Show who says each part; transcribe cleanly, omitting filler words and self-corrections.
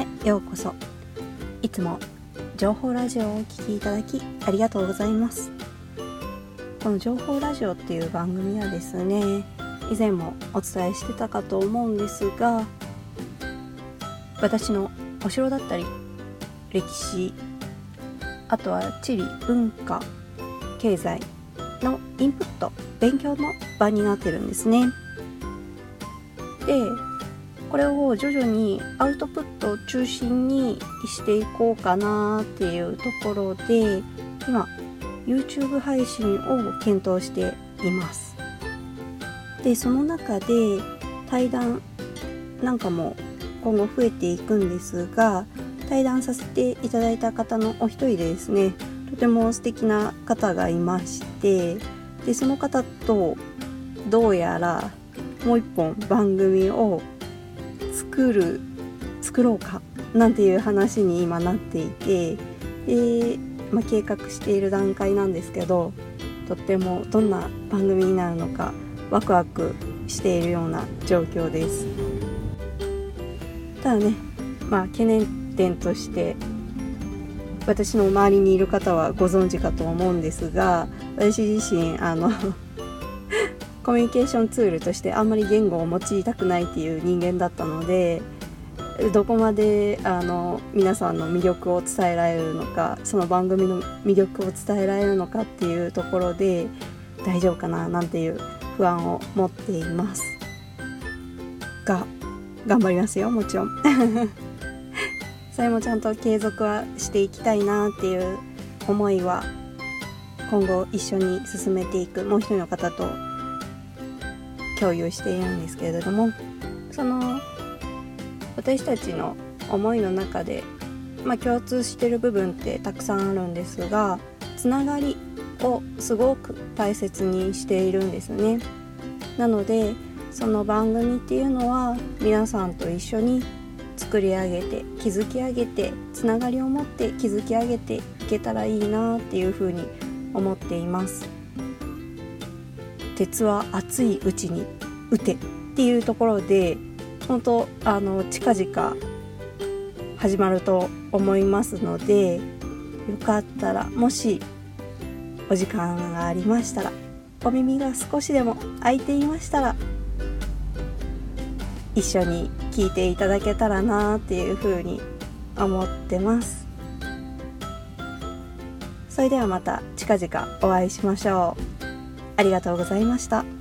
Speaker 1: へようこそ。いつも情報ラジオをお聞きいただきありがとうございます。この情報ラジオっていう番組はですね、以前もお伝えしてたかと思うんですが、私のお城だったり歴史、あとは地理、文化、経済のインプット、勉強の場になってるんですね。で、これを徐々にアウトプットを中心にしていこうかなっていうところで、今 YouTube 配信を検討しています。で、その中で対談なんかも今後増えていくんですが、対談させていただいた方のお一人でですね、とても素敵な方がいまして、でその方とどうやらもう一本番組を作ろうかなんていう話に今なっていて、計画している段階なんですけど、とってもどんな番組になるのかワクワクしているような状況です。ただね、懸念点として私の周りにいる方はご存知かと思うんですが、私自身コミュニケーションツールとしてあんまり言語を用いたくないっていう人間だったので、どこまで皆さんの魅力を伝えられるのか、その番組の魅力を伝えられるのかっていうところで大丈夫かななんていう不安を持っていますが、頑張りますよ、もちろんそれもちゃんと継続はしていきたいなっていう思いは今後一緒に進めていくもう一人の方と共有しているんですけれども、その私たちの思いの中で、共通している部分ってたくさんあるんですが、つながりをすごく大切にしているんですね。なのでその番組っていうのは皆さんと一緒に作り上げて、築き上げて、つながりを持って築き上げていけたらいいなっていうふうに思っています。鉄は熱いうちに打てっていうところで、本当近々始まると思いますので、よかったらもしお時間がありましたら、お耳が少しでも開いていましたら一緒に聞いていただけたらなっていうふうに思ってます。それではまた近々お会いしましょう。ありがとうございました。